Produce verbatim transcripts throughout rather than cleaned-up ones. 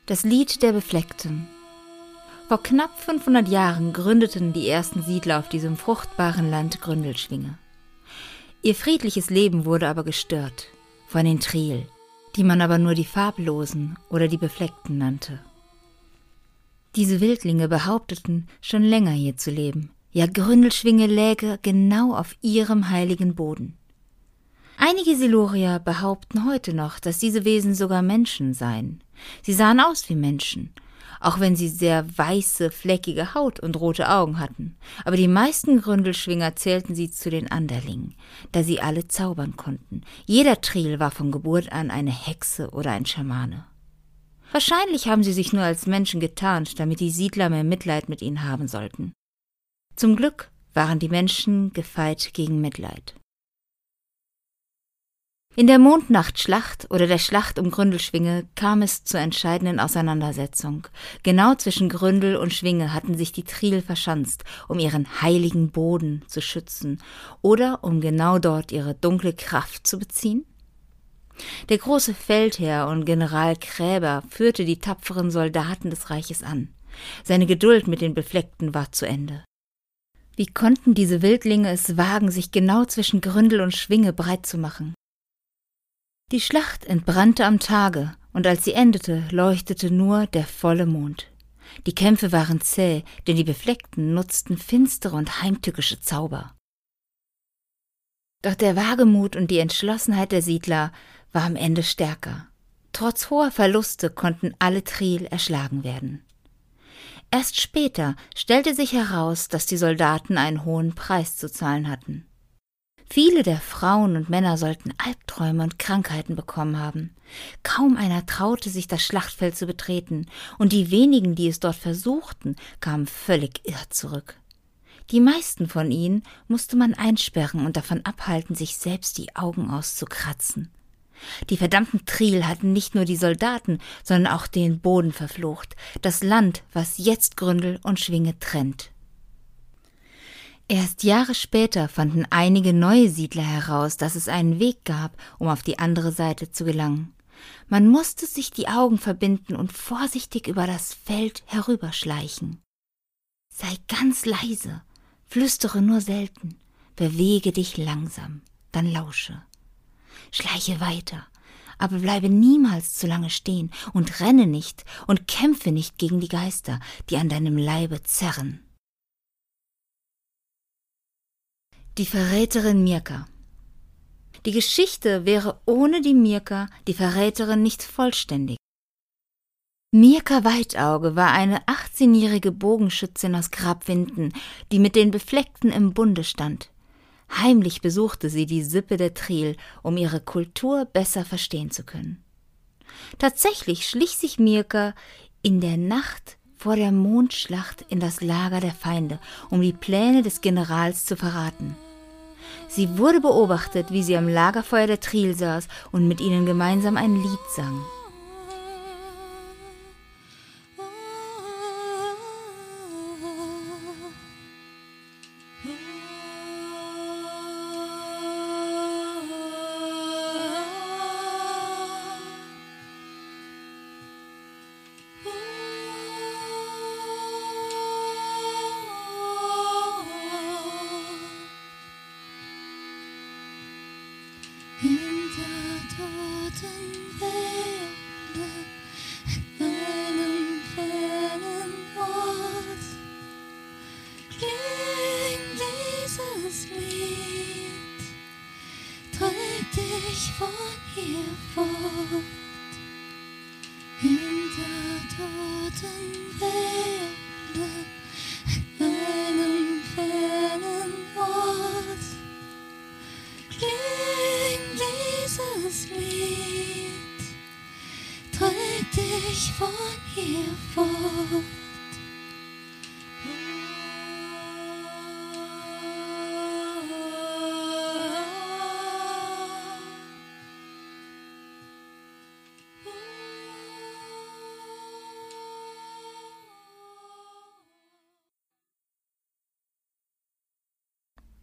Das Lied der Befleckten. Vor knapp fünfhundert Jahren gründeten die ersten Siedler auf diesem fruchtbaren Land Gründelschwinge. Ihr friedliches Leben wurde aber gestört von den Triel, die man aber nur die Farblosen oder die Befleckten nannte. Diese Wildlinge behaupteten, schon länger hier zu leben. Ja, Gründelschwinge läge genau auf ihrem heiligen Boden. Einige Silurier behaupten heute noch, dass diese Wesen sogar Menschen seien. Sie sahen aus wie Menschen, auch wenn sie sehr weiße, fleckige Haut und rote Augen hatten. Aber die meisten Gründelschwinger zählten sie zu den Anderlingen, da sie alle zaubern konnten. Jeder Triel war von Geburt an eine Hexe oder ein Schamane. Wahrscheinlich haben sie sich nur als Menschen getarnt, damit die Siedler mehr Mitleid mit ihnen haben sollten. Zum Glück waren die Menschen gefeit gegen Mitleid. In der Mondnachtschlacht oder der Schlacht um Gründelschwinge kam es zur entscheidenden Auseinandersetzung. Genau zwischen Gründel und Schwinge hatten sich die Triel verschanzt, um ihren heiligen Boden zu schützen oder um genau dort ihre dunkle Kraft zu beziehen. Der große Feldherr und General Kräber führte die tapferen Soldaten des Reiches an. Seine Geduld mit den Befleckten war zu Ende. Wie konnten diese Wildlinge es wagen, sich genau zwischen Gründel und Schwinge breit zu machen? Die Schlacht entbrannte am Tage, und als sie endete, leuchtete nur der volle Mond. Die Kämpfe waren zäh, denn die Befleckten nutzten finstere und heimtückische Zauber. Doch der Wagemut und die Entschlossenheit der Siedler war am Ende stärker. Trotz hoher Verluste konnten alle Triel erschlagen werden. Erst später stellte sich heraus, dass die Soldaten einen hohen Preis zu zahlen hatten. Viele der Frauen und Männer sollten Albträume und Krankheiten bekommen haben. Kaum einer traute sich, das Schlachtfeld zu betreten, und die wenigen, die es dort versuchten, kamen völlig irr zurück. Die meisten von ihnen musste man einsperren und davon abhalten, sich selbst die Augen auszukratzen. Die verdammten Triel hatten nicht nur die Soldaten, sondern auch den Boden verflucht, das Land, was jetzt Gründel und Schwinge trennt. Erst Jahre später fanden einige neue Siedler heraus, dass es einen Weg gab, um auf die andere Seite zu gelangen. Man musste sich die Augen verbinden und vorsichtig über das Feld herüberschleichen. Sei ganz leise, flüstere nur selten, bewege dich langsam, dann lausche. Schleiche weiter, aber bleibe niemals zu lange stehen und renne nicht und kämpfe nicht gegen die Geister, die an deinem Leibe zerren. Die Verräterin Mirka. Die Geschichte wäre ohne die Mirka, die Verräterin, nicht vollständig. Mirka Weitauge war eine achtzehnjährige Bogenschützin aus Grabwinden, die mit den Befleckten im Bunde stand. Heimlich besuchte sie die Sippe der Triel, um ihre Kultur besser verstehen zu können. Tatsächlich schlich sich Mirka in der Nacht vor der Mondschlacht in das Lager der Feinde, um die Pläne des Generals zu verraten. Sie wurde beobachtet, wie sie am Lagerfeuer der Triel saß und mit ihnen gemeinsam ein Lied sang. Hinter toten Wäldern, in einem fernen Ort, klingt dieses Lied, treibt dich von hier fort. Hinter toten Wäldern, in einem fernen Ort, klingt dieses Lied, treibt dich von hier fort.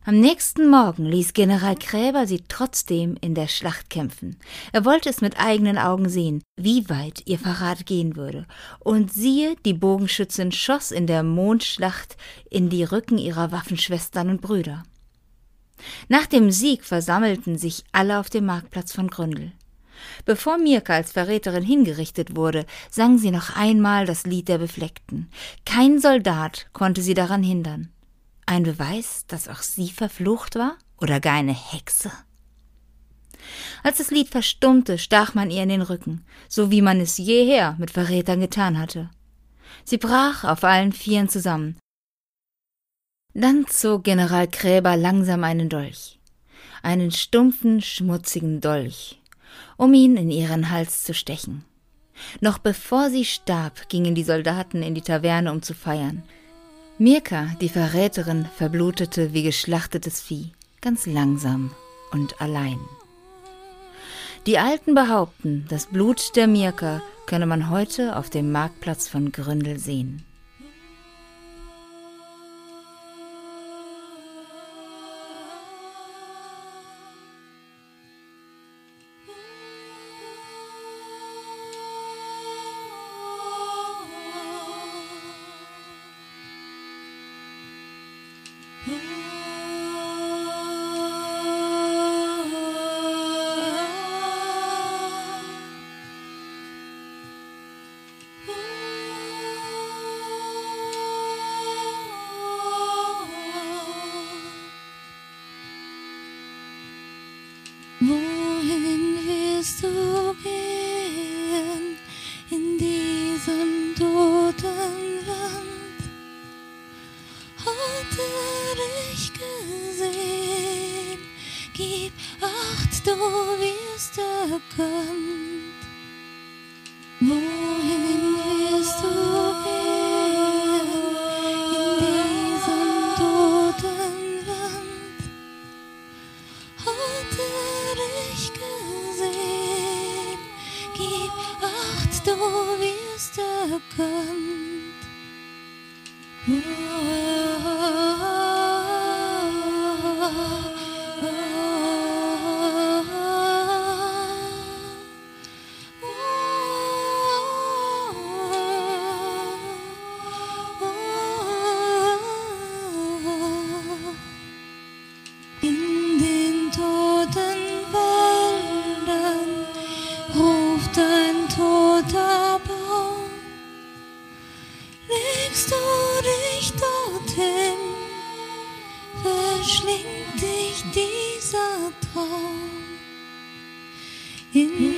Am nächsten Morgen ließ General Kräber sie trotzdem in der Schlacht kämpfen. Er wollte es mit eigenen Augen sehen, wie weit ihr Verrat gehen würde. Und siehe, die Bogenschützin schoss in der Mondschlacht in die Rücken ihrer Waffenschwestern und Brüder. Nach dem Sieg versammelten sich alle auf dem Marktplatz von Gründel. Bevor Mirka als Verräterin hingerichtet wurde, sang sie noch einmal das Lied der Befleckten. Kein Soldat konnte sie daran hindern. Ein Beweis, dass auch sie verflucht war oder gar eine Hexe? Als das Lied verstummte, stach man ihr in den Rücken, so wie man es jeher mit Verrätern getan hatte. Sie brach auf allen Vieren zusammen. Dann zog General Kräber langsam einen Dolch, einen stumpfen, schmutzigen Dolch, um ihn in ihren Hals zu stechen. Noch bevor sie starb, gingen die Soldaten in die Taverne, um zu feiern. Mirka, die Verräterin, verblutete wie geschlachtetes Vieh, ganz langsam und allein. Die Alten behaupten, das Blut der Mirka könne man heute auf dem Marktplatz von Gründel sehen. Wohin wirst du gehen in diesem toten Land? Hatte dich gesehen, gib acht, du wirst erkannt. Wohin wirst du gehen in diesem toten Land? Hatte dich gesehen, gib acht, du wirst erkannt. In den toten Wäldern ruft ein toter Baum. Legst du dich dorthin, verschlingt dich dieser Traum. In